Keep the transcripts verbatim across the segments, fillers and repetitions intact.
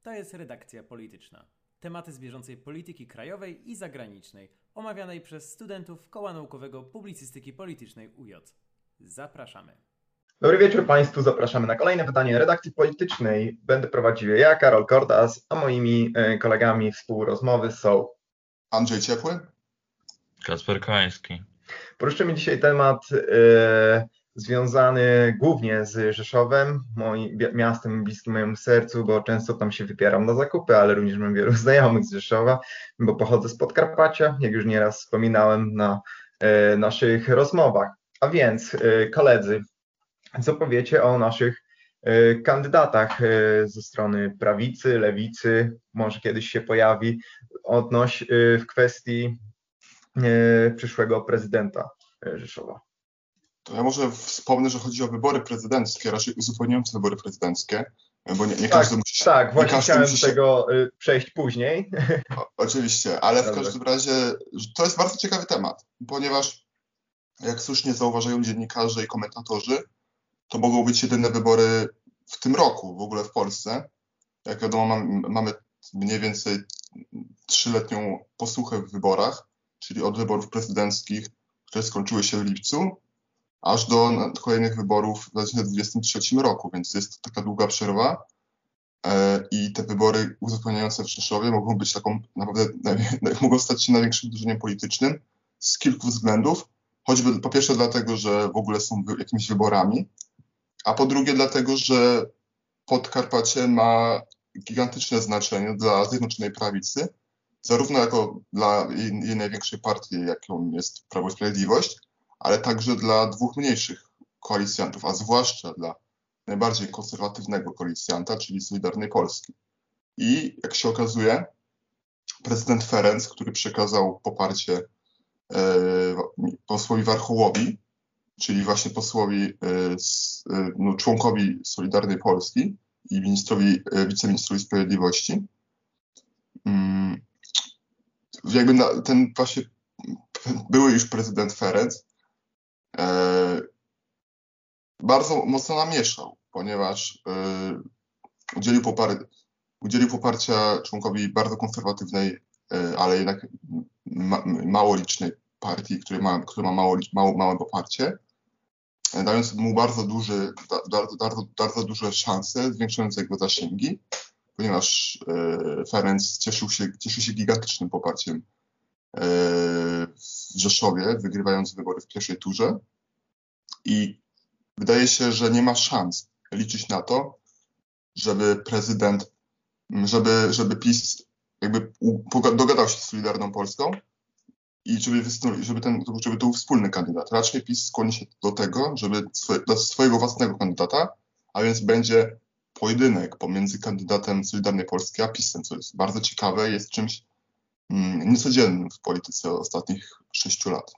To jest redakcja polityczna. Tematy z bieżącej polityki krajowej i zagranicznej, omawianej przez studentów Koła Naukowego Publicystyki Politycznej U J. Zapraszamy. Dobry wieczór Państwu, zapraszamy na kolejne wydanie redakcji politycznej. Będę prowadził je ja, Karol Kordas, a moimi kolegami współrozmowy są Andrzej Ciepły, Kacper Kański. Poruszymy dzisiaj temat e, związany głównie z Rzeszowem, moim miastem bliskim mojemu sercu, bo często tam się wybieram na zakupy, ale również mam wielu znajomych z Rzeszowa, bo pochodzę z Podkarpacia, jak już nieraz wspominałem na e, naszych rozmowach. A więc, e, koledzy, co powiecie o naszych e, kandydatach e, ze strony prawicy, lewicy, może kiedyś się pojawi, odnoś e, w kwestii e, przyszłego prezydenta e, Rzeszowa? To ja może wspomnę, że chodzi o wybory prezydenckie, raczej uzupełniające wybory prezydenckie, bo nie, nie Tak, każdy musi się... tak, właśnie każdy chciałem musi do się- tego e, przejść później. O, oczywiście, ale w Dobra. każdym razie że to jest bardzo ciekawy temat, ponieważ jak słusznie zauważają dziennikarze i komentatorzy, to mogą być jedyne wybory w tym roku w ogóle w Polsce. Jak wiadomo, mam, mamy mniej więcej trzyletnią posłuchę w wyborach, czyli od wyborów prezydenckich, które skończyły się w lipcu, aż do na- kolejnych wyborów w dwa tysiące dwudziestym trzecim roku, więc jest to taka długa przerwa. E, I te wybory uzupełniające w Rzeszowie mogą być taką naprawdę, naj- mogą stać się największym wydarzeniem politycznym z kilku względów. Choćby po pierwsze dlatego, że w ogóle są wy- jakimiś wyborami, a po drugie dlatego, że Podkarpacie ma gigantyczne znaczenie dla Zjednoczonej Prawicy, zarówno jako dla jej, jej największej partii, jaką jest Prawo i Sprawiedliwość, ale także dla dwóch mniejszych koalicjantów, a zwłaszcza dla najbardziej konserwatywnego koalicjanta, czyli Solidarnej Polski. I jak się okazuje, prezydent Ferenc, który przekazał poparcie e, posłowi Warchołowi, czyli właśnie posłowi, e, s- e, no, członkowi Solidarnej Polski i ministrowi, e, wiceministrowi sprawiedliwości, mm, jakby na, ten właśnie były już prezydent Ferenc e, bardzo mocno namieszał, ponieważ e, udzielił, popar- udzielił poparcia członkowi bardzo konserwatywnej, e, ale jednak ma- mało licznej partii, która ma, która ma mało, licz- mało, małe poparcie, e, dając mu bardzo, duży, da, bardzo, bardzo, bardzo duże szanse, zwiększające jego zasięgi, ponieważ e, Ferenc cieszył się, cieszył się gigantycznym poparciem e, w Rzeszowie, wygrywając wybory w pierwszej turze. I wydaje się, że nie ma szans liczyć na to, żeby prezydent, żeby, żeby PiS jakby u- poga- dogadał się z Solidarną Polską i żeby, wysnu- żeby, ten, żeby to był wspólny kandydat. Raczej PiS skłoni się do tego, żeby swoje, dać swojego własnego kandydata, a więc będzie pojedynek pomiędzy kandydatem Solidarnej Polski a PiSem, co jest bardzo ciekawe i jest czymś mm, niecodziennym w polityce ostatnich sześciu lat.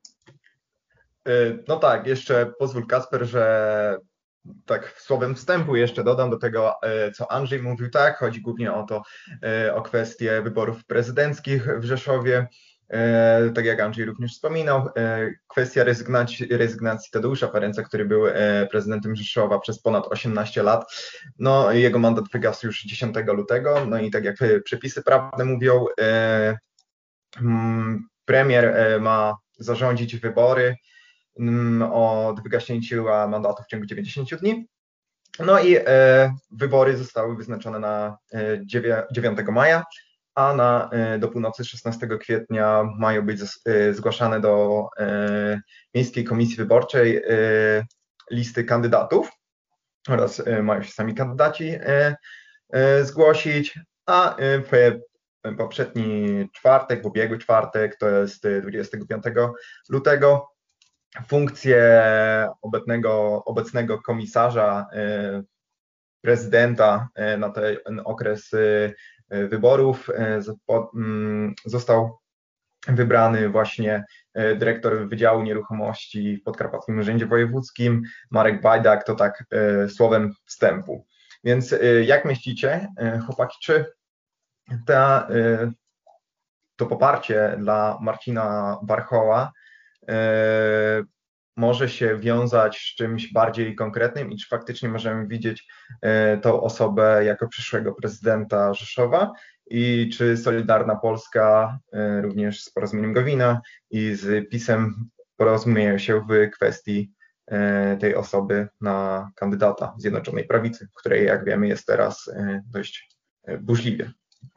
E, No tak, jeszcze pozwól, Kasper, że tak słowem wstępu jeszcze dodam do tego, e, co Andrzej mówił. Tak, chodzi głównie o to, e, o kwestię wyborów prezydenckich w Rzeszowie. E, Tak jak Andrzej również wspominał, e, kwestia rezygnacji, rezygnacji Tadeusza Ferenca, który był e, prezydentem Rzeszowa przez ponad osiemnaście lat. No, jego mandat wygasł już dziesiątego lutego. No i tak jak e, przepisy prawne mówią, e, mm, premier e, ma zarządzić wybory mm, od wygaśnięcia mandatu w ciągu dziewięćdziesięciu dni. No i e, wybory zostały wyznaczone na e, dziewię- dziewiątego maja, a na, e, do północy szesnastego kwietnia mają być zas- e, zgłaszane do e, Miejskiej Komisji Wyborczej e, listy kandydatów oraz e, mają się sami kandydaci e, e, zgłosić, a e, w poprzedni czwartek, w ubiegły czwartek, to jest e, dwudziestego piątego lutego, funkcję obecnego, obecnego komisarza e, prezydenta e, na ten okres e, wyborów e, zpo- mm, został wybrany właśnie e, dyrektor Wydziału Nieruchomości w Podkarpackim Urzędzie Wojewódzkim, Marek Bajdak, to tak e, słowem wstępu. Więc e, jak myślicie, e, chłopaki, czy ta, e, to poparcie dla Marcina Warchoła e, może się wiązać z czymś bardziej konkretnym i czy faktycznie możemy widzieć tą osobę jako przyszłego prezydenta Rzeszowa i czy Solidarna Polska również z porozumieniem Gowina i z PiS-em porozumieją się w kwestii tej osoby na kandydata Zjednoczonej Prawicy, której, jak wiemy, jest teraz dość burzliwie.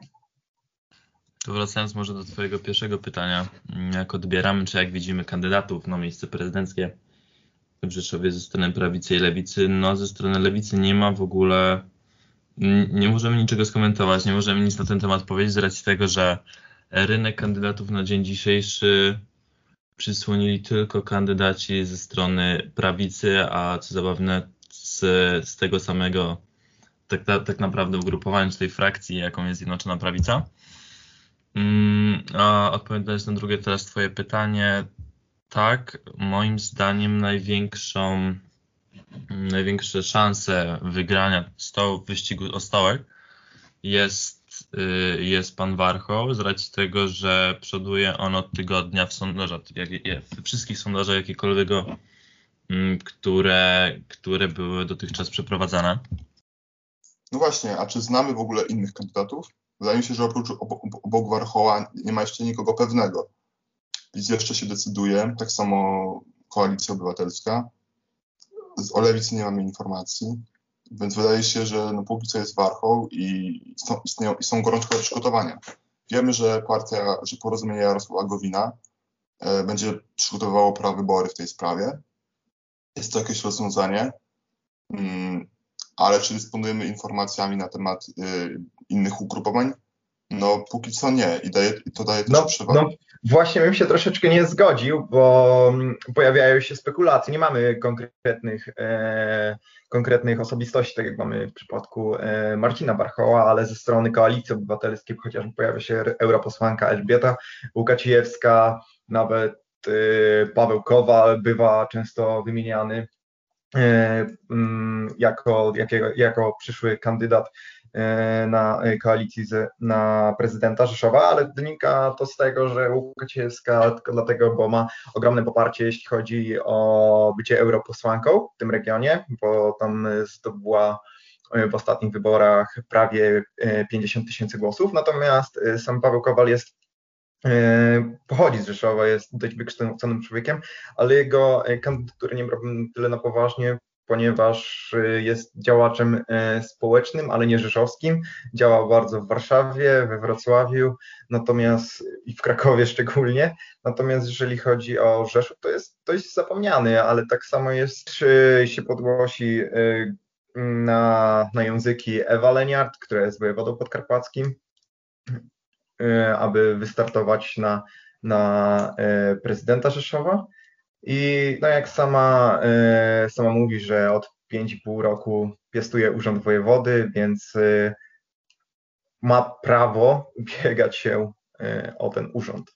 To wracając może do twojego pierwszego pytania, jak odbieramy, czy jak widzimy kandydatów na miejsce prezydenckie w Rzeszowie ze strony prawicy i lewicy, no ze strony lewicy nie ma w ogóle, nie możemy niczego skomentować, nie możemy nic na ten temat powiedzieć z racji tego, że rynek kandydatów na dzień dzisiejszy przysłonili tylko kandydaci ze strony prawicy, a co zabawne z, z tego samego tak, tak naprawdę ugrupowania, czy tej frakcji, jaką jest Zjednoczona Prawica. A odpowiadając na drugie teraz twoje pytanie, tak, moim zdaniem największą, największe szanse wygrania stołu, wyścigu o stołek jest, jest pan Warchoł z racji tego, że przoduje on od tygodnia w sondażach, w wszystkich sondażach jakiekolwiego, które, które były dotychczas przeprowadzane. No właśnie, a czy znamy w ogóle innych kandydatów? Wydaje mi się, że oprócz obok Warchoła nie ma jeszcze nikogo pewnego. PiS jeszcze się decyduje, tak samo Koalicja Obywatelska. O lewicy nie mamy informacji, więc wydaje się, że no póki co jest Warchoł i są, istnieją, i są gorączkowe przygotowania. Wiemy, że partia, że Porozumienie Jarosława Gowina e, będzie przygotowywało prawybory w tej sprawie. Jest to jakieś rozwiązanie, mm, ale czy dysponujemy informacjami na temat y, innych ugrupowań? No póki co nie i daje, to daje też no, przewagę. No właśnie bym się troszeczkę nie zgodził, bo pojawiają się spekulacje. Nie mamy konkretnych, e, konkretnych osobistości, tak jak mamy w przypadku e, Marcina Warchoła, ale ze strony Koalicji Obywatelskiej chociażby pojawia się europosłanka Elżbieta Łukacijewska, nawet e, Paweł Kowal bywa często wymieniany jako, jako, jako przyszły kandydat na koalicji z, na prezydenta Rzeszowa, ale wynika to z tego, że Łukacijewska tylko dlatego, bo ma ogromne poparcie, jeśli chodzi o bycie europosłanką w tym regionie, bo tam zdobyła w ostatnich wyborach prawie pięćdziesiąt tysięcy głosów, natomiast sam Paweł Kowal jest pochodzi z Rzeszowa, jest dość wykształconym człowiekiem, ale jego kandydatury nie brałbym tyle na poważnie, ponieważ jest działaczem społecznym, ale nie rzeszowskim. Działa bardzo w Warszawie, we Wrocławiu, natomiast i w Krakowie szczególnie. Natomiast jeżeli chodzi o Rzeszów, to jest dość zapomniany, ale tak samo jest, czy się podgłosi na, na języki Ewa Leniart, która jest wojewodą podkarpackim, aby wystartować na, na prezydenta Rzeszowa. I no jak sama, sama mówi, że od pięć i pół roku piastuje urząd wojewody, więc ma prawo ubiegać się o ten urząd.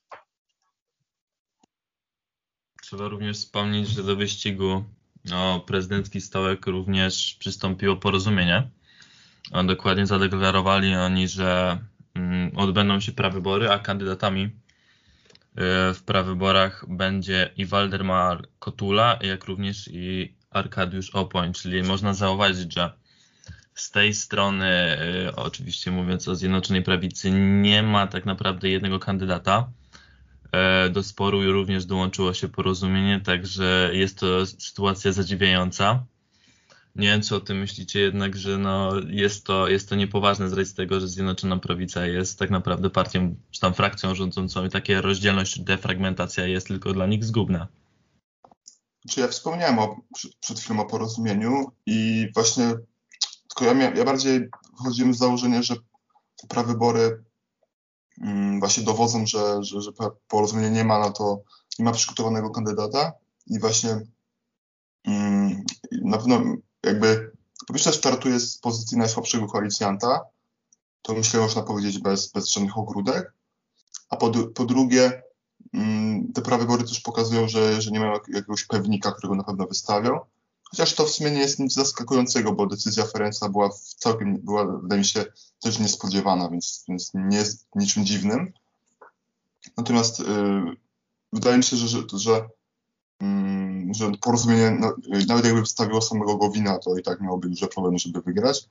Trzeba również wspomnieć, że do wyścigu o prezydencki stołek również przystąpiło Porozumienie. A dokładnie zadeklarowali oni, że odbędą się prawybory, a kandydatami w prawyborach będzie i Waldemar Kotula, jak również i Arkadiusz Opoń, czyli można zauważyć, że z tej strony, oczywiście mówiąc o Zjednoczonej Prawicy, nie ma tak naprawdę jednego kandydata. Do sporu również dołączyło się Porozumienie, także jest to sytuacja zadziwiająca. Nie wiem, co o tym myślicie, jednak, że no jest to, jest to niepoważne z racji tego, że Zjednoczona Prawica jest tak naprawdę partią, czy tam frakcją rządzącą i taka rozdzielność, defragmentacja jest tylko dla nich zgubna. Czy ja wspomniałem o, przed chwilą o Porozumieniu i właśnie tylko ja, ja bardziej wychodziłem z założenia, że te prawybory mm, właśnie dowodzą, że, że, że Porozumienie nie ma na to, nie ma przygotowanego kandydata i właśnie mm, na pewno jakby po pierwsze startuje z pozycji najsłabszego koalicjanta, to myślę można powiedzieć bez, bez żadnych ogródek, a po, po drugie mm, te prawybory też pokazują, że, że nie mają jakiegoś pewnika, którego na pewno wystawią, chociaż to w sumie nie jest nic zaskakującego, bo decyzja Ferenca była w całkiem, była wydaje mi się też niespodziewana, więc, więc nie jest niczym dziwnym. Natomiast yy, wydaje mi się, że, że, że że porozumienie, no, nawet jakby wstawiło samego Gowina, to i tak miałoby duże problemy, żeby wygrać.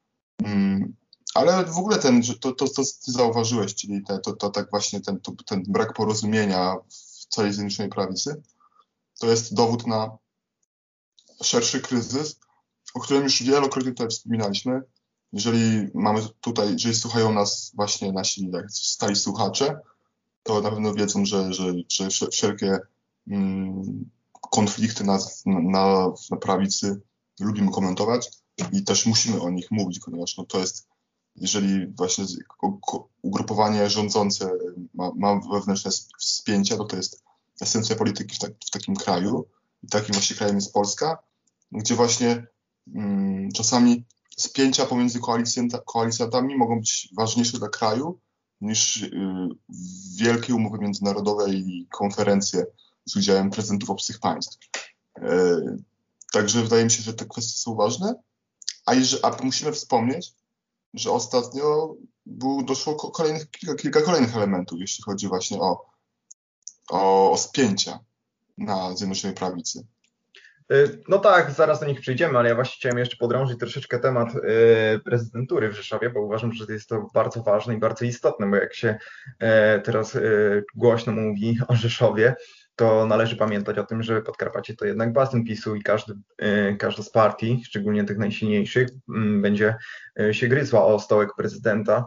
Ale w ogóle ten, że to, to, to ty zauważyłeś, czyli te, to, to tak właśnie ten, to, ten brak porozumienia w całej Zjednoczonej Prawicy, to jest dowód na szerszy kryzys, o którym już wielokrotnie tutaj wspominaliśmy. Jeżeli mamy tutaj, jeżeli słuchają nas właśnie nasi tak, stali słuchacze, to na pewno wiedzą, że, że, że wszelkie mm, konflikty na, na, na prawicy lubimy komentować i też musimy o nich mówić, ponieważ no, to jest, jeżeli właśnie ugrupowanie rządzące ma, ma wewnętrzne spięcia, to to jest esencja polityki w, tak, w takim kraju. I takim właśnie krajem jest Polska, gdzie właśnie mm, czasami spięcia pomiędzy koalicjantami mogą być ważniejsze dla kraju niż y, wielkie umowy międzynarodowe i konferencje z udziałem prezydentów obcych państw. Y, także wydaje mi się, że te kwestie są ważne, a, jeżeli, a musimy wspomnieć, że ostatnio był, doszło kolejnych, kilka, kilka kolejnych elementów, jeśli chodzi właśnie o, o, o spięcia na Zjednoczonej Prawicy. No tak, zaraz do nich przyjdziemy, ale ja właśnie chciałem jeszcze podrążyć troszeczkę temat prezydentury w Rzeszowie, bo uważam, że jest to bardzo ważne i bardzo istotne, bo jak się teraz głośno mówi o Rzeszowie, to należy pamiętać o tym, że Podkarpacie to jednak bastion PiSu i każdy, każda z partii, szczególnie tych najsilniejszych, będzie się gryzła o stołek prezydenta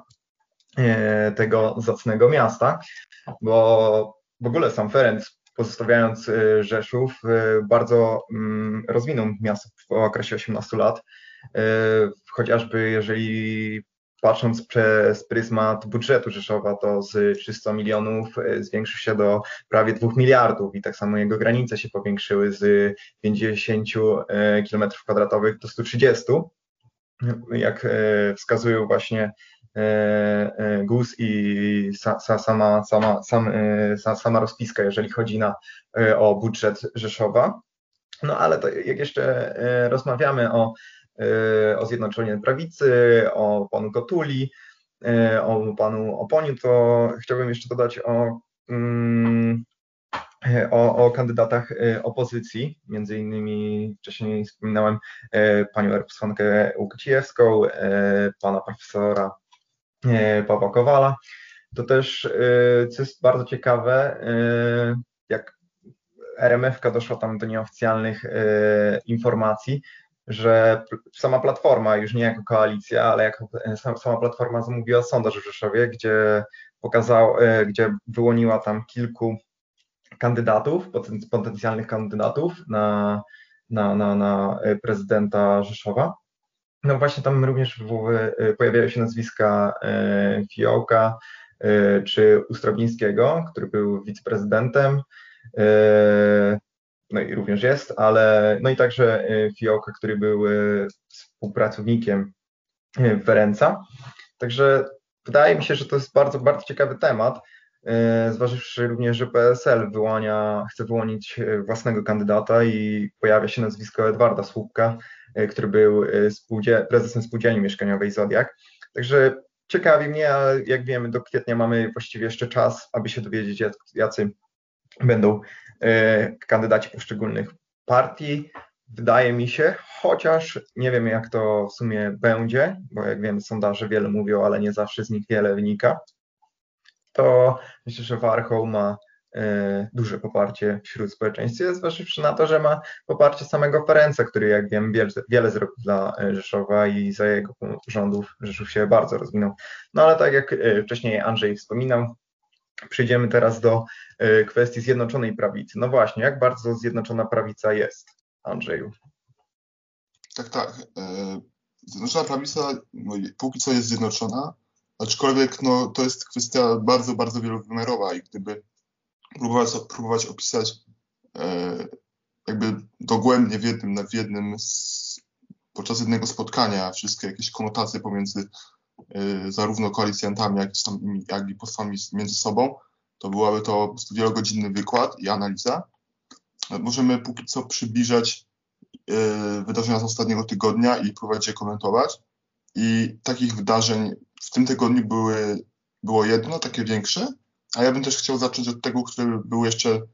tego zacnego miasta, bo w ogóle sam Ferenc, pozostawiając Rzeszów, bardzo rozwinął miasto w okresie osiemnastu lat, chociażby jeżeli patrząc przez pryzmat budżetu Rzeszowa, to z trzystu milionów zwiększył się do prawie dwóch miliardów i tak samo jego granice się powiększyły z pięćdziesięciu kilometrów kwadratowych do stu trzydziestu, jak wskazują właśnie G U S i sama, sama, sam, sama rozpiska, jeżeli chodzi na, o budżet Rzeszowa. No ale to jak jeszcze rozmawiamy o, o Zjednoczonej Prawicy, o panu Kotuli, o panu Oponiu, to chciałbym jeszcze dodać o, o, o kandydatach opozycji, między innymi wcześniej wspominałem panią posłankę Łukacijewską, pana profesora Pawła Kowala. To też, co jest bardzo ciekawe, jak R M F ka doszła tam do nieoficjalnych informacji, że sama Platforma, już nie jako koalicja, ale jako sama Platforma zamówiła sondaż w Rzeszowie, gdzie pokazał, gdzie wyłoniła tam kilku kandydatów, potencjalnych kandydatów na, na, na, na prezydenta Rzeszowa. No właśnie tam również pojawiają się nazwiska Fiołka czy Ustrowińskiego, który był wiceprezydentem, no i również jest, ale no i także Fiołka, który był współpracownikiem Ferenca. Także wydaje mi się, że to jest bardzo, bardzo ciekawy temat, zważywszy również, że P S L wyłania, chce wyłonić własnego kandydata i pojawia się nazwisko Edwarda Słupka, który był spółdzie- prezesem spółdzielni mieszkaniowej Zodiak. Także ciekawi mnie, ale jak wiemy, do kwietnia mamy właściwie jeszcze czas, aby się dowiedzieć, jacy będą kandydaci poszczególnych partii. Wydaje mi się, chociaż nie wiem, jak to w sumie będzie, bo jak wiemy, sondaże wiele mówią, ale nie zawsze z nich wiele wynika, to myślę, że Warchoł ma duże poparcie wśród społeczeństwa, zważywszy na to, że ma poparcie samego Ferenca, który, jak wiem, wiele, wiele zrobił dla Rzeszowa i za jego rządów Rzeszów się bardzo rozwinął. No ale tak jak wcześniej Andrzej wspominał, przejdziemy teraz do kwestii Zjednoczonej Prawicy. No właśnie, jak bardzo Zjednoczona Prawica jest, Andrzeju? Tak, tak. Zjednoczona Prawica no, póki co jest zjednoczona, aczkolwiek no, to jest kwestia bardzo, bardzo wielowymiarowa i gdyby próbować, próbować opisać e, jakby dogłębnie w jednym, w jednym z, podczas jednego spotkania wszystkie jakieś konotacje pomiędzy e, zarówno koalicjantami, jak i, sam, jak i posłami między sobą, to byłaby to po prostu wielogodzinny wykład i analiza. Możemy póki co przybliżać e, wydarzenia z ostatniego tygodnia i próbować je komentować. I takich wydarzeń w tym tygodniu były, było jedno, takie większe, a ja bym też chciał zacząć od tego, które były jeszcze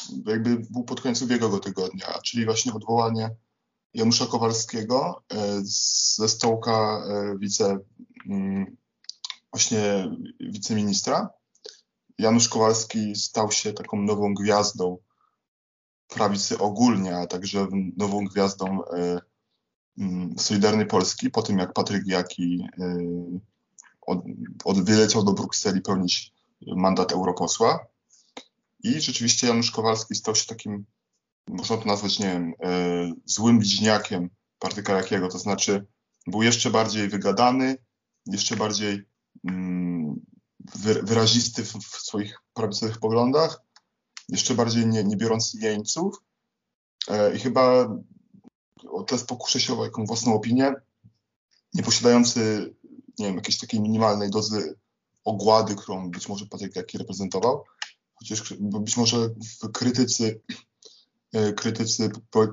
jakby był pod koniec ubiegłego tygodnia, czyli właśnie odwołanie Janusza Kowalskiego ze stołka wice, właśnie wiceministra. Janusz Kowalski stał się taką nową gwiazdą prawicy ogólnie, a także nową gwiazdą Solidarnej Polski, po tym jak Patryk Jaki od, od wyleciał do Brukseli pełnić mandat europosła. I rzeczywiście Janusz Kowalski stał się takim, można to nazwać, nie wiem, złym bliźniakiem Patryka Jakiego, to znaczy był jeszcze bardziej wygadany, jeszcze bardziej wyrazisty w swoich prawicowych poglądach, jeszcze bardziej nie, nie biorąc jeńców i chyba o tyle pokuszę się o jaką własną opinię, nie posiadający, nie wiem, jakiejś takiej minimalnej dozy ogłady, którą być może Patryk Jaki reprezentował, chociaż być może w krytycy, krytycy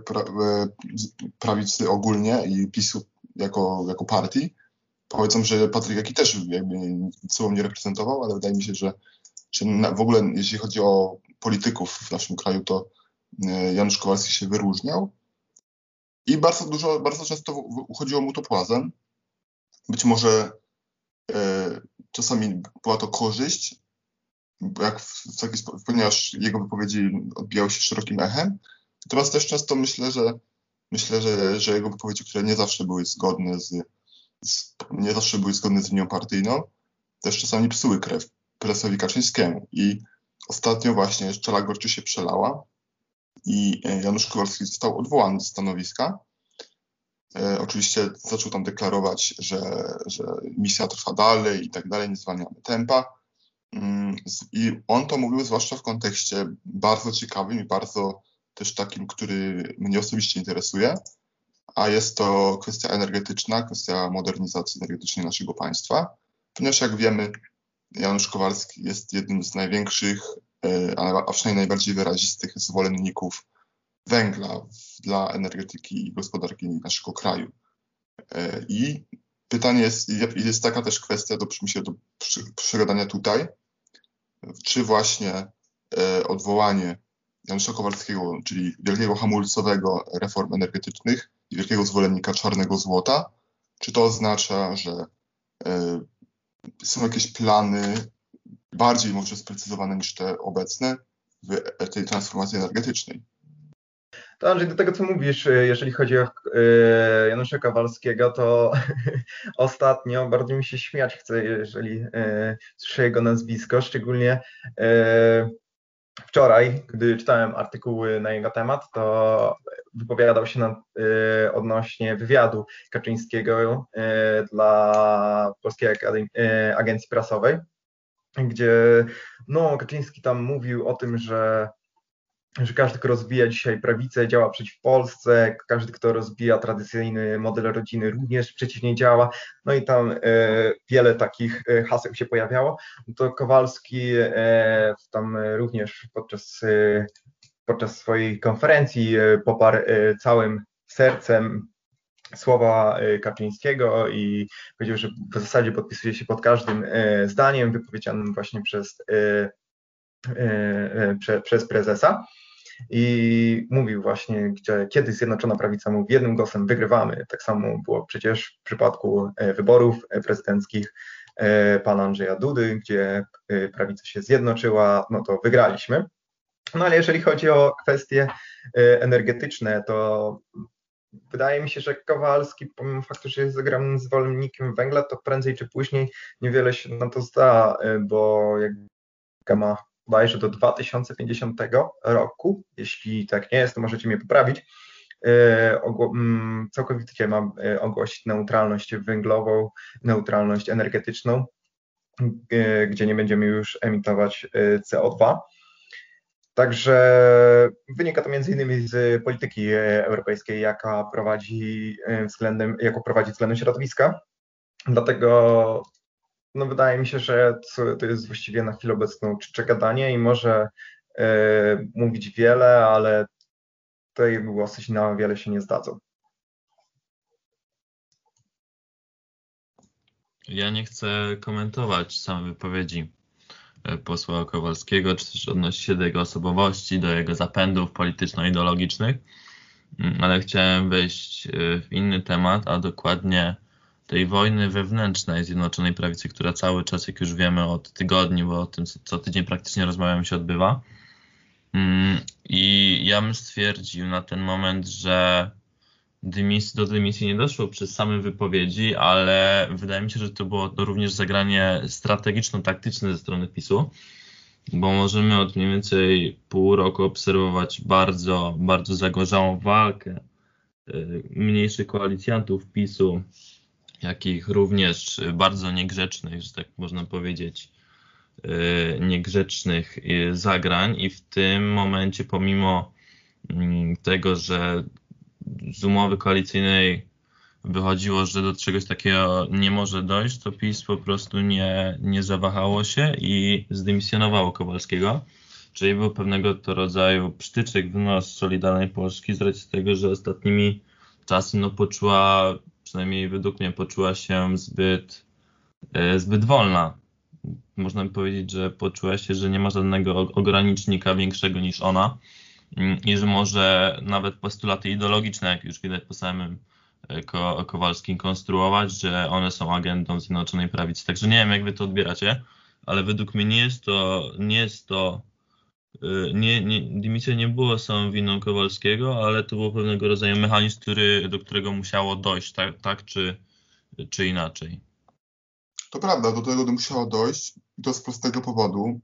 prawicy ogólnie i PiSu jako, jako partii powiedzą, że Patryk Jaki też jakby sobą nie reprezentował, ale wydaje mi się, że, że w ogóle jeśli chodzi o polityków w naszym kraju, to Janusz Kowalski się wyróżniał i bardzo dużo, bardzo często uchodziło mu to płazem. Być może e, czasami była to korzyść, jak w, w taki sposób, ponieważ jego wypowiedzi odbijały się szerokim echem. Natomiast też często myślę, że myślę, że, że jego wypowiedzi, które nie zawsze były zgodne z, z nie zawsze były zgodne z linią partyjną, też czasami psuły krew prezesowi Kaczyńskiemu. I ostatnio właśnie szczela gorczy się przelała i Janusz Kowalski został odwołany z stanowiska. E, oczywiście zaczął tam deklarować, że, że misja trwa dalej i tak dalej, nie zwalniamy tempa. Mm, I on to mówił zwłaszcza w kontekście bardzo ciekawym i bardzo też takim, który mnie osobiście interesuje, a jest to kwestia energetyczna, kwestia modernizacji energetycznej naszego państwa, ponieważ jak wiemy, Janusz Kowalski jest jednym z największych, a przynajmniej najbardziej wyrazistych zwolenników węgla dla energetyki i gospodarki naszego kraju. I pytanie jest, jest taka też kwestia, dobrze mi się do przegadania tutaj, czy właśnie odwołanie Janusza Kowalskiego, czyli wielkiego hamulcowego reform energetycznych i wielkiego zwolennika czarnego złota, czy to oznacza, że są jakieś plany bardziej może sprecyzowane niż te obecne w tej transformacji energetycznej? To Andrzej, do tego co mówisz, jeżeli chodzi o Janusza Kowalskiego, to ostatnio bardzo mi się śmiać chce, jeżeli słyszę jego nazwisko, szczególnie wczoraj, gdy czytałem artykuły na jego temat, to wypowiadał się na, odnośnie wywiadu Kaczyńskiego dla Polskiej Agencji Prasowej, gdzie no, Kaczyński tam mówił o tym, że że każdy, kto rozwija dzisiaj prawicę, działa przeciw Polsce, każdy, kto rozwija tradycyjny model rodziny, również przeciw niej działa. No i tam e, wiele takich haseł się pojawiało. To Kowalski e, tam również podczas, e, podczas swojej konferencji e, poparł e, całym sercem słowa Kaczyńskiego i powiedział, że w zasadzie podpisuje się pod każdym e, zdaniem wypowiedzianym właśnie przez e, Prze, przez prezesa i mówił właśnie, gdzie kiedyś Zjednoczona Prawica mówi jednym głosem wygrywamy, tak samo było przecież w przypadku wyborów prezydenckich pana Andrzeja Dudy, gdzie prawica się zjednoczyła, no to wygraliśmy. No ale jeżeli chodzi o kwestie energetyczne, to wydaje mi się, że Kowalski, pomimo faktu, że jest ogromnym zwolennikiem węgla, to prędzej czy później niewiele się na to zda, bo jak ma bodajże do dwa tysiące pięćdziesiątego roku, jeśli tak nie jest, to możecie mnie poprawić, całkowicie mam ogłosić neutralność węglową, neutralność energetyczną, gdzie nie będziemy już emitować C O dwa. Także wynika to między innymi z polityki europejskiej, jaka prowadzi względem, jaką prowadzi względem środowiska. Dlatego no wydaje mi się, że to jest właściwie na chwilę obecną czcze gadanie i może e, mówić wiele, ale te jego głosy się na wiele się nie zdadzą. Ja nie chcę komentować samej wypowiedzi posła Kowalskiego, czy też odnosi się do jego osobowości, do jego zapędów polityczno-ideologicznych, ale chciałem wejść w inny temat, a dokładnie tej wojny wewnętrznej Zjednoczonej Prawicy, która cały czas, jak już wiemy od tygodni, bo o tym co tydzień praktycznie rozmawiamy, się odbywa. I ja bym stwierdził na ten moment, że dymisji, do dymisji nie doszło przez same wypowiedzi, ale wydaje mi się, że to było to również zagranie strategiczno-taktyczne ze strony PiSu, bo możemy od mniej więcej pół roku obserwować bardzo, bardzo zagorzałą walkę mniejszych koalicjantów PiSu, jakich również bardzo niegrzecznych, że tak można powiedzieć, niegrzecznych zagrań i w tym momencie pomimo tego, że z umowy koalicyjnej wychodziło, że do czegoś takiego nie może dojść, to PiS po prostu nie, nie zawahało się i zdymisjonowało Kowalskiego. Czyli był pewnego to rodzaju psztyczek w nos Solidarnej Polski z racji tego, że ostatnimi czasy no, poczuła, przynajmniej według mnie, poczuła się zbyt, zbyt wolna. Można by powiedzieć, że poczuła się, że nie ma żadnego ogranicznika większego niż ona i że może nawet postulaty ideologiczne, jak już widać po samym Ko- Kowalskim, konstruować, że one są agendą Zjednoczonej Prawicy. Także nie wiem, jak wy to odbieracie, ale według mnie nie jest to, nie jest to, nie, nie, dymisja nie była samą winą Kowalskiego, ale to był pewnego rodzaju mechanizm, który, do którego musiało dojść, tak, tak czy, czy inaczej. To prawda, do tego musiało dojść i to z prostego powodu.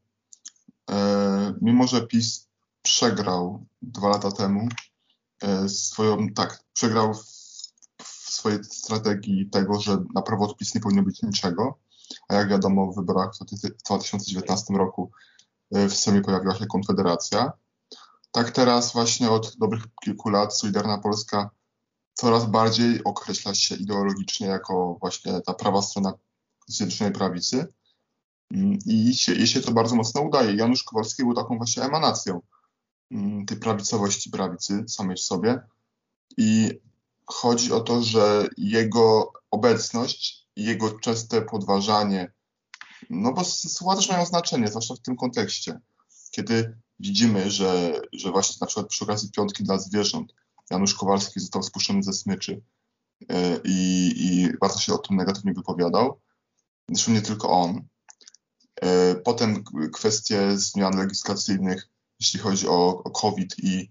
E, mimo, że PiS przegrał dwa lata temu e, swoją, tak, przegrał w, w swojej strategii tego, że na prawo od PiS nie powinno być niczego, a jak wiadomo w wyborach w dwa tysiące dziewiętnastym roku e, w Sejmie pojawiła się Konfederacja. Tak teraz właśnie od dobrych kilku lat Solidarna Polska coraz bardziej określa się ideologicznie jako właśnie ta prawa strona Zjednoczonej Prawicy i się, jej się to bardzo mocno udaje. Janusz Kowalski był taką właśnie emanacją tej prawicowości prawicy samej w sobie i chodzi o to, że jego obecność i jego częste podważanie, no bo słowa też mają znaczenie, zwłaszcza w tym kontekście, kiedy widzimy, że, że właśnie na przykład przy okazji Piątki dla Zwierząt Janusz Kowalski został spuszczony ze smyczy i, i bardzo się o tym negatywnie wypowiadał. Zresztą nie tylko on. Potem kwestie zmian legislacyjnych, jeśli chodzi o, o COVID i,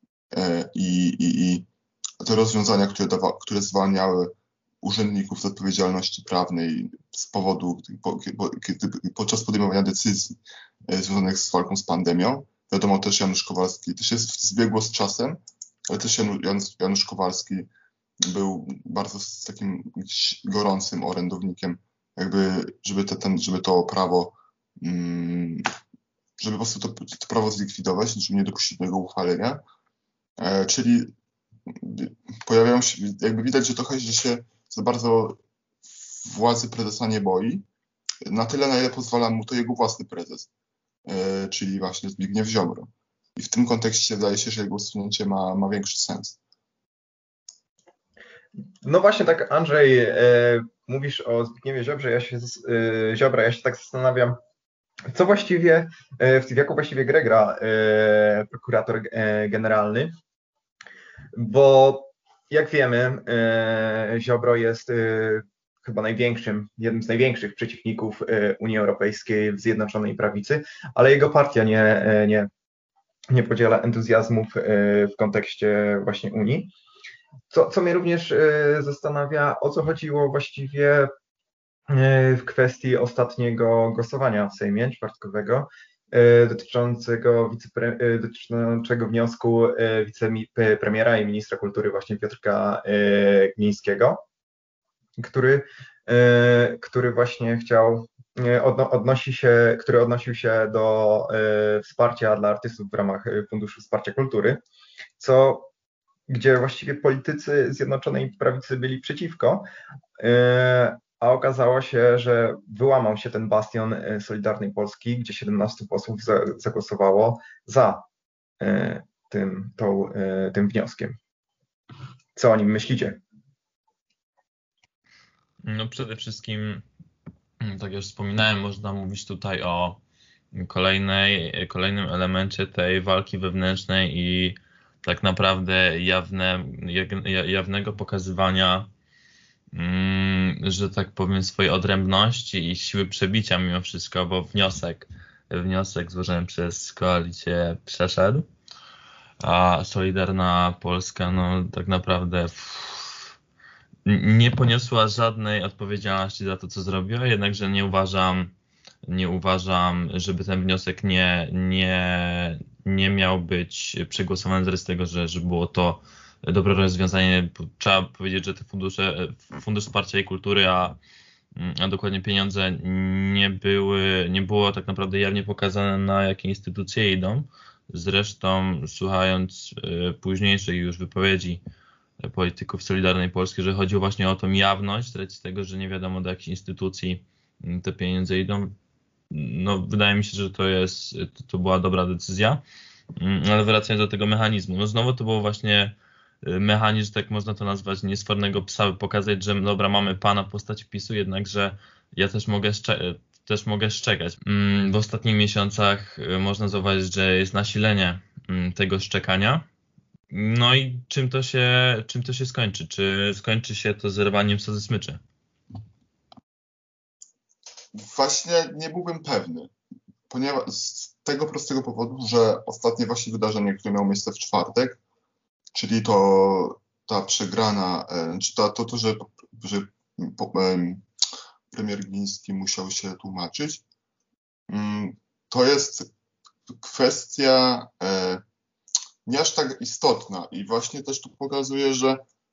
i, i, i te rozwiązania, które, dawa, które zwalniały urzędników z odpowiedzialności prawnej z powodu, po, kiedy, podczas podejmowania decyzji związanych z walką z pandemią. Wiadomo też Janusz Kowalski też jest zbiegło z czasem, ale też Janusz, Janusz Kowalski był bardzo takim gorącym orędownikiem, jakby, żeby, te, ten, żeby to prawo, żeby po prostu to, to prawo zlikwidować, żeby nie dopuścić do jego uchwalenia. E, czyli pojawiają się, jakby widać, że trochę że się za bardzo władzy prezesa nie boi, na tyle, na ile pozwala mu to jego własny prezes, e, czyli właśnie Zbigniew Ziobro. I w tym kontekście wydaje się, że jego usunięcie ma, ma większy sens. No właśnie tak, Andrzej, e, mówisz o Zbigniewie Ziobrze, ja się, e, Ziobra, ja się tak zastanawiam, co właściwie, e, w jaką właściwie grę gra e, prokurator e, generalny, bo jak wiemy, e, Ziobro jest e, chyba największym, jednym z największych przeciwników e, Unii Europejskiej w Zjednoczonej Prawicy, ale jego partia nie, e, nie, nie podziela entuzjazmów e, w kontekście właśnie Unii. Co, co mnie również zastanawia, o co chodziło właściwie w kwestii ostatniego głosowania w Sejmie czwartkowego dotyczącego, wicepre, dotyczącego wniosku wicepremiera i ministra kultury właśnie Piotrka Glińskiego, który, który właśnie chciał, odnosi się, który odnosił się do wsparcia dla artystów w ramach Funduszu Wsparcia Kultury, co gdzie właściwie politycy Zjednoczonej Prawicy byli przeciwko, a okazało się, że wyłamał się ten bastion Solidarnej Polski, gdzie siedemnastu posłów zagłosowało za tym, tą, tym wnioskiem. Co o nim myślicie? No przede wszystkim, tak jak już wspominałem, można mówić tutaj o kolejnej, kolejnym elemencie tej walki wewnętrznej i tak naprawdę jawne, jawnego pokazywania, że tak powiem, swojej odrębności i siły przebicia mimo wszystko, bo wniosek, wniosek złożony przez koalicję przeszedł, a Solidarna Polska no tak naprawdę pff, nie poniosła żadnej odpowiedzialności za to, co zrobiła, jednakże nie uważam, nie uważam, żeby ten wniosek nie, nie, nie miał być przegłosowany z racji tego, że, że było to dobre rozwiązanie. Trzeba powiedzieć, że te fundusze, Fundusz Wsparcia i Kultury, a, a dokładnie pieniądze nie były, nie było tak naprawdę jawnie pokazane, na jakie instytucje idą. Zresztą słuchając późniejszych już wypowiedzi polityków Solidarnej Polski, że chodziło właśnie o tą jawność, z racji tego, że nie wiadomo, do jakich instytucji te pieniądze idą. No, wydaje mi się, że to jest, to, to była dobra decyzja, ale wracając do tego mechanizmu, no znowu to było właśnie mechanizm, tak można to nazwać, niesfornego psa, by pokazać, że dobra, mamy pana w postaci PiSu, jednakże ja też mogę, szcze- też mogę szczekać. W ostatnich miesiącach można zauważyć, że jest nasilenie tego szczekania. No i czym to się, czym to się skończy? Czy skończy się to zerwaniem wsady smyczy? Właśnie nie byłbym pewny, ponieważ z tego prostego powodu, że ostatnie właśnie wydarzenie, które miało miejsce w czwartek, czyli to ta przegrana, czy to, to, to że, że premier Gliński musiał się tłumaczyć, to jest kwestia nie aż tak istotna i właśnie też tu pokazuje, że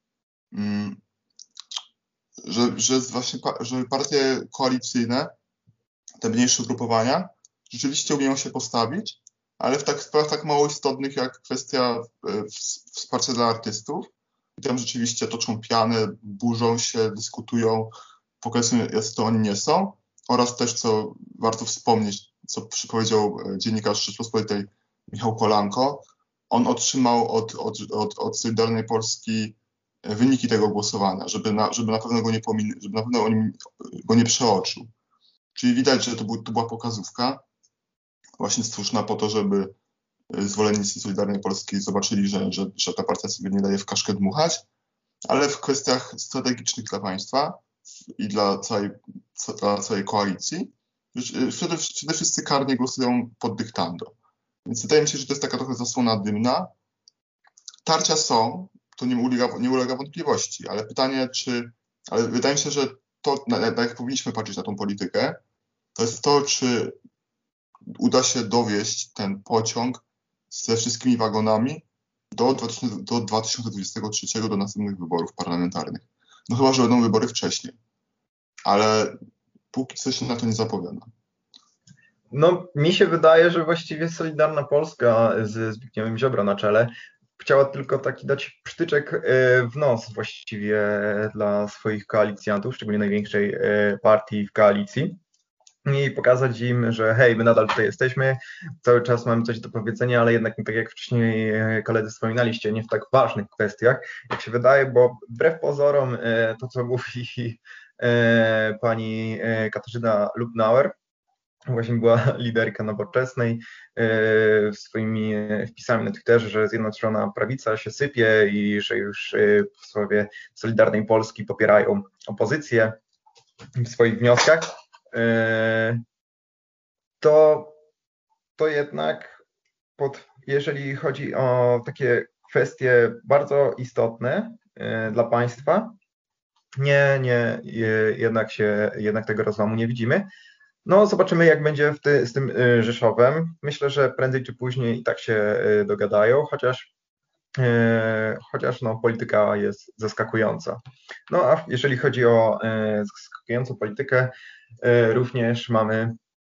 że, że właśnie że partie koalicyjne, te mniejsze ugrupowania rzeczywiście umieją się postawić, ale w tak sprawach tak mało istotnych jak kwestia wsparcia dla artystów. I tam rzeczywiście toczą pianę, burzą się, dyskutują, pokazują, jacy to oni nie są. Oraz też, co warto wspomnieć, co powiedział dziennikarz Rzeczpospolitej Michał Kolanko, on otrzymał od, od, od, od Solidarnej Polski wyniki tego głosowania, żeby na, żeby na pewno go nie pomin- żeby na pewno on go nie przeoczył. Czyli widać, że to, był, to była pokazówka właśnie stworzona po to, żeby zwolennicy Solidarnej Polski zobaczyli, że, że, że ta partia sobie nie daje w kaszkę dmuchać, ale w kwestiach strategicznych dla państwa i dla całej, dla całej koalicji wtedy, wtedy wszyscy karnie głosują pod dyktando. Więc wydaje mi się, że to jest taka trochę zasłona dymna. Tarcia są, to nie ulega, nie ulega wątpliwości, ale pytanie, czy... Ale wydaje mi się, że to, na, na jak powinniśmy patrzeć na tą politykę, to jest to, czy uda się dowieść ten pociąg ze wszystkimi wagonami do, do dwa tysiące dwudziestego trzeciego, do następnych wyborów parlamentarnych. No chyba, że będą wybory wcześniej. Ale póki co się na to nie zapowiada. No, mi się wydaje, że właściwie Solidarna Polska z Zbigniewem Ziobro na czele chciała tylko taki dać przytyczek w nos właściwie dla swoich koalicjantów, szczególnie największej partii w koalicji, i pokazać im, że hej, my nadal tutaj jesteśmy, cały czas mamy coś do powiedzenia, ale jednak nie tak jak wcześniej koledzy wspominaliście, nie w tak ważnych kwestiach, jak się wydaje, bo wbrew pozorom to, co mówi pani Katarzyna Lubnauer, właśnie była liderka Nowoczesnej, swoimi wpisami na Twitterze, że Zjednoczona Prawica się sypie i że już posłowie Solidarnej Polski popierają opozycję w swoich wnioskach, to, to jednak pod, jeżeli chodzi o takie kwestie bardzo istotne dla państwa, nie, nie, jednak się, jednak tego rozłamu nie widzimy. No, zobaczymy, jak będzie w ty, z tym Rzeszowem. Myślę, że prędzej czy później i tak się dogadają, chociaż, chociaż no, polityka jest zaskakująca. No, a jeżeli chodzi o zaskakującą politykę, również mamy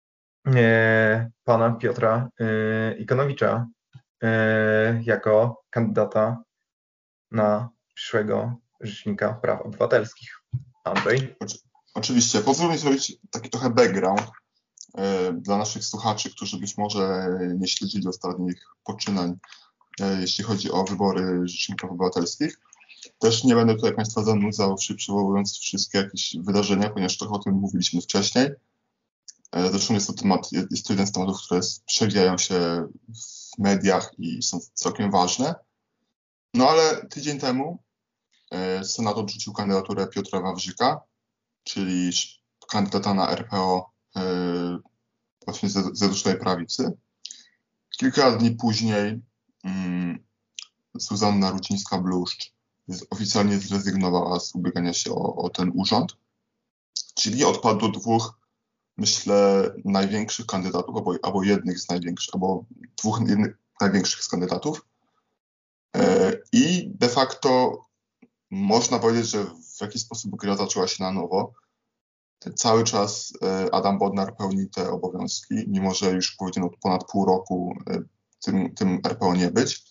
pana Piotra Ikonowicza jako kandydata na przyszłego Rzecznika Praw Obywatelskich. Andrzej? Oczywiście. Pozwól mi zrobić taki trochę background e, dla naszych słuchaczy, którzy być może nie śledzili ostatnich poczynań, e, jeśli chodzi o wybory Rzecznika Praw Obywatelskich. Też nie będę tutaj Państwa zanudzał, przywołując wszystkie jakieś wydarzenia, ponieważ trochę o tym mówiliśmy wcześniej. Zresztą jest to temat, jest to jeden z tematów, które przewijają się w mediach i są całkiem ważne. No ale tydzień temu Senat odrzucił kandydaturę Piotra Wawrzyka, czyli kandydata na R P O właśnie z Zjednoczonej Prawicy. Kilka dni później um, Zuzanna Rudzińska-Bluszcz oficjalnie zrezygnowała z ubiegania się o, o ten urząd, czyli odpadł do dwóch, myślę, największych kandydatów, albo, albo jednych z największych, albo dwóch jednych największych z kandydatów. E, I de facto można powiedzieć, że w jakiś sposób gra zaczęła się na nowo. Cały czas Adam Bodnar pełni te obowiązki, mimo że już powiedziano ponad pół roku tym, tym R P O nie być.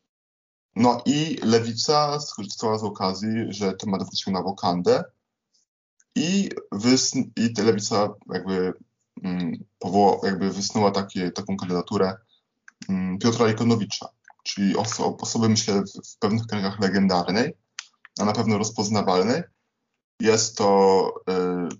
No i Lewica skorzystała z okazji, że temat wrócił na wokandę i, wys- i Lewica jakby, mm, powoła, jakby wysnuła takie, taką kandydaturę mm, Piotra Ikonowicza, czyli oso- osoby, myślę, w, w pewnych kręgach legendarnej, a na pewno rozpoznawalnej. Jest to y,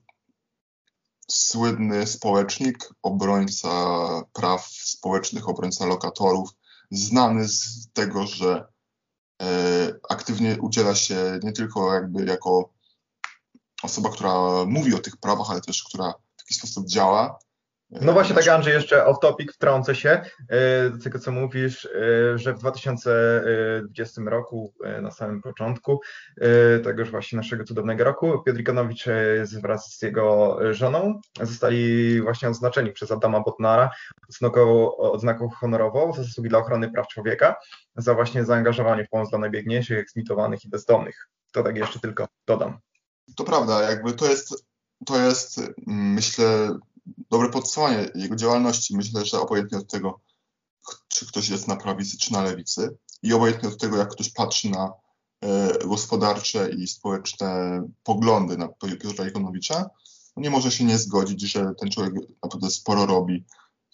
słynny społecznik, obrońca praw społecznych, obrońca lokatorów, znany z tego, że e, aktywnie udziela się nie tylko jakby jako osoba, która mówi o tych prawach, ale też która w jakiś sposób działa. No właśnie tak, Andrzej, jeszcze off topic, wtrącę się do tego, co mówisz, że w dwa tysiące dwudziestym roku, na samym początku tegoż właśnie naszego cudownego roku, Piotr Ikonowicz wraz z jego żoną zostali właśnie odznaczeni przez Adama Bodnara odznaką, odznaką honorową za zasługi dla ochrony praw człowieka, za właśnie zaangażowanie w pomoc dla najbiedniejszych, eksmitowanych i bezdomnych. To tak jeszcze tylko dodam. To prawda, jakby to jest, to jest myślę, dobre podsumowanie jego działalności. Myślę, że obojętnie od tego, czy ktoś jest na prawicy, czy na lewicy i obojętnie od tego, jak ktoś patrzy na e, gospodarcze i społeczne poglądy na Piotra Ikonowicza, nie może się nie zgodzić, że ten człowiek naprawdę sporo robi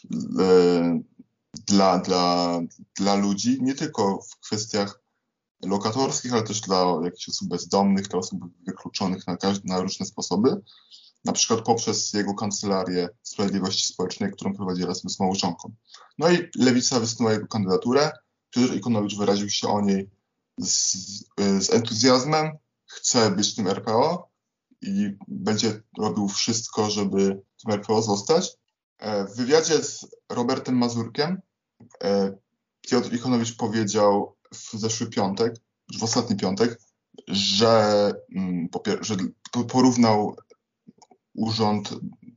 e, dla, dla, dla ludzi, nie tylko w kwestiach lokatorskich, ale też dla jakichś osób bezdomnych, dla osób wykluczonych na, na różne sposoby. Na przykład poprzez jego kancelarię Sprawiedliwości Społecznej, którą prowadzi razem z małżonką. No i Lewica wysnuła jego kandydaturę. Piotr Ikonowicz wyraził się o niej z, z entuzjazmem. Chce być tym R P O i będzie robił wszystko, żeby tym R P O zostać. W wywiadzie z Robertem Mazurkiem Piotr Ikonowicz powiedział w zeszły piątek, w ostatni piątek, że, że porównał urząd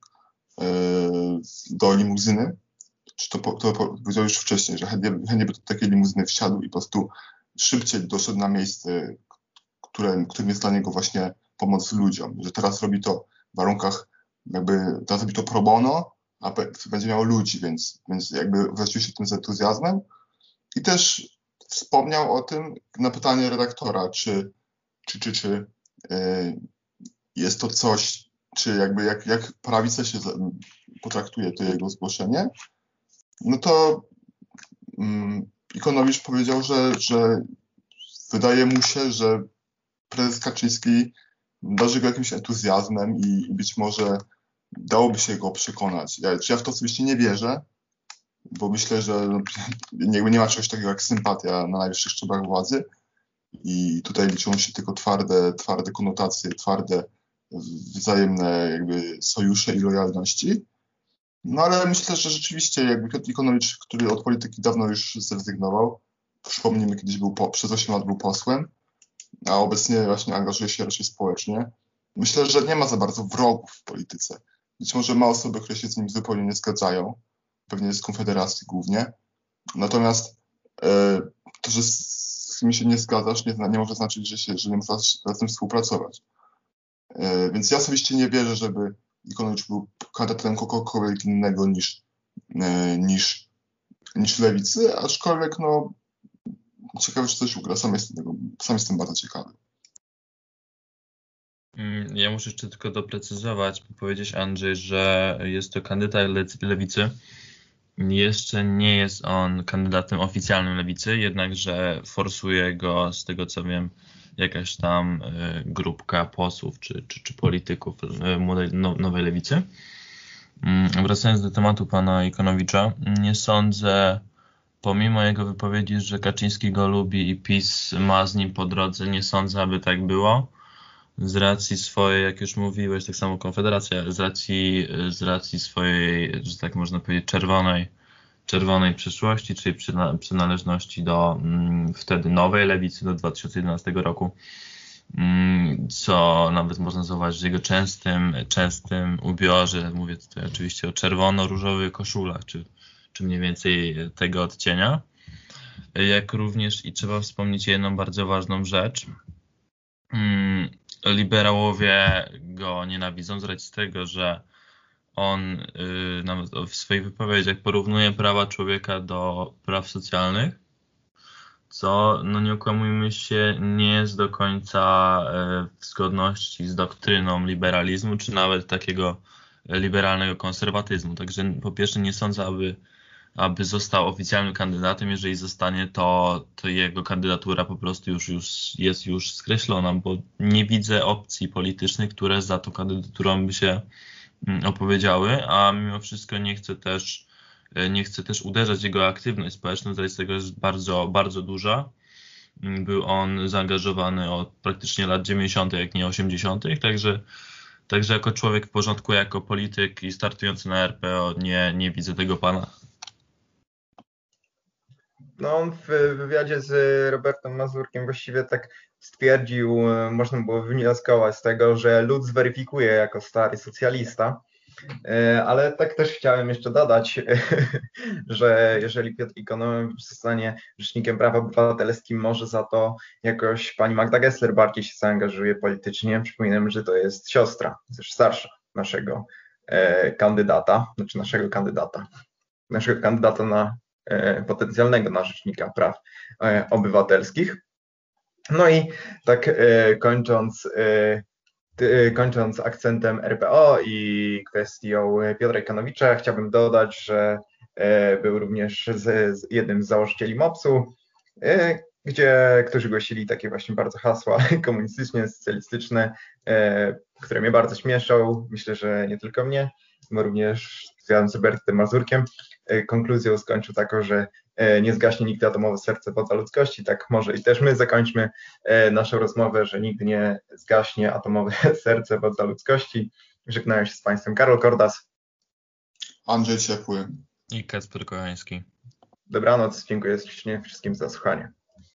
do limuzyny, czy to, to powiedział już wcześniej, że chętnie, chętnie by do takiej limuzyny wsiadł i po prostu szybciej doszedł na miejsce, które, którym jest dla niego właśnie pomoc ludziom, że teraz robi to w warunkach, jakby teraz robi to pro bono, a będzie miał ludzi, więc, więc jakby wyraził się tym z entuzjazmem i też wspomniał o tym na pytanie redaktora, czy, czy, czy, czy yy, jest to coś, czy jakby jak, jak prawica się potraktuje to jego zgłoszenie, no to um, Ikonowicz powiedział, że, że wydaje mu się, że prezes Kaczyński darzy go jakimś entuzjazmem i, i być może dałoby się go przekonać. Ja, ja w to oczywiście nie wierzę, bo myślę, że nie, nie ma czegoś takiego jak sympatia na najwyższych szczeblach władzy i tutaj liczą się tylko twarde, twarde konotacje, twarde wzajemne jakby sojusze i lojalności. No ale myślę, że rzeczywiście jakby Piotr Ikonowicz, który od polityki dawno już zrezygnował, przypomnijmy, kiedyś był po, przez osiem lat był posłem, a obecnie właśnie angażuje się raczej społecznie. Myślę, że nie ma za bardzo wrogów w polityce. Być może ma osoby, które się z nim zupełnie nie zgadzają, pewnie z Konfederacji głównie. Natomiast e, to, że z nimi się nie zgadzasz, nie, nie może znaczyć, że, się, że nie możesz z tym współpracować. E, więc ja osobiście nie wierzę, żeby Ikonowicz był kandydatem kogokolwiek innego niż, e, niż, niż lewicy, aczkolwiek no ciekawe, czy coś ugra. Sam jestem, tego, sam jestem bardzo ciekawy. Ja muszę jeszcze tylko doprecyzować, bo powiedzieć, Andrzej, że jest to kandydat le- lewicy. Jeszcze nie jest on kandydatem oficjalnym lewicy, jednakże forsuje go, z tego co wiem, jakaś tam y, grupka posłów czy, czy, czy polityków y, młodej, no, nowej lewicy. Wracając do tematu pana Ikonowicza, nie sądzę, pomimo jego wypowiedzi, że Kaczyński go lubi i PiS ma z nim po drodze, nie sądzę, aby tak było. Z racji swojej, jak już mówiłeś, tak samo Konfederacja, z racji, z racji swojej, że tak można powiedzieć, czerwonej, czerwonej przyszłości, czyli przyna, przynależności do mm, wtedy nowej lewicy do dwa tysiące jedenastego roku, mm, co nawet można zauważyć w jego częstym, częstym ubiorze, mówię tutaj oczywiście o czerwono-różowych koszulach, czy, czy mniej więcej tego odcienia. Jak również, i trzeba wspomnieć jedną bardzo ważną rzecz, mm, liberałowie go nienawidzą z racji tego, że on yy, nawet w swoich wypowiedziach porównuje prawa człowieka do praw socjalnych, co, no nie okłamujmy się, nie jest do końca yy, w zgodności z doktryną liberalizmu, czy nawet takiego liberalnego konserwatyzmu. Także po pierwsze nie sądzę, aby, aby został oficjalnym kandydatem. Jeżeli zostanie, to, to jego kandydatura po prostu już, już jest już skreślona, bo nie widzę opcji politycznych, które za tą kandydaturą by się opowiedziały, a mimo wszystko nie chcę też, nie chcę też uderzać w jego aktywność społeczną, z tego jest bardzo, bardzo duża. Był on zaangażowany od praktycznie lat dziewięćdziesiątych, jak nie osiemdziesiątych, także, także jako człowiek w porządku, jako polityk i startujący na R P O nie, nie widzę tego pana. No, on w wywiadzie z Robertem Mazurkiem właściwie tak stwierdził, można było wywnioskować z tego, że lud zweryfikuje jako stary socjalista, ale tak też chciałem jeszcze dodać, że jeżeli Piotr Ikonowicz zostanie rzecznikiem praw obywatelskich, może za to jakoś pani Magda Gessler bardziej się zaangażuje politycznie. Przypominam, że to jest siostra, też starsza naszego kandydata, znaczy naszego kandydata, naszego kandydata na potencjalnego na rzecznika praw obywatelskich. No i tak kończąc, kończąc akcentem R P O i kwestią Piotra Ikonowicza, chciałbym dodać, że był również z, z jednym z założycieli mopsu, gdzie, którzy głosili takie właśnie bardzo hasła komunistyczne, socjalistyczne, które mnie bardzo śmieszą. Myślę, że nie tylko mnie, bo również z Robertem Mazurkiem. Konkluzją skończył taką, że nie zgaśnie nigdy atomowe serce wodza ludzkości. Tak może i też my zakończmy naszą rozmowę, że nigdy nie zgaśnie atomowe serce wodza ludzkości. Żegnają się z Państwem Karol Kordas, Andrzej Ciepły i Kacper Kochański. Dobranoc, dziękuję ślicznie wszystkim za słuchanie.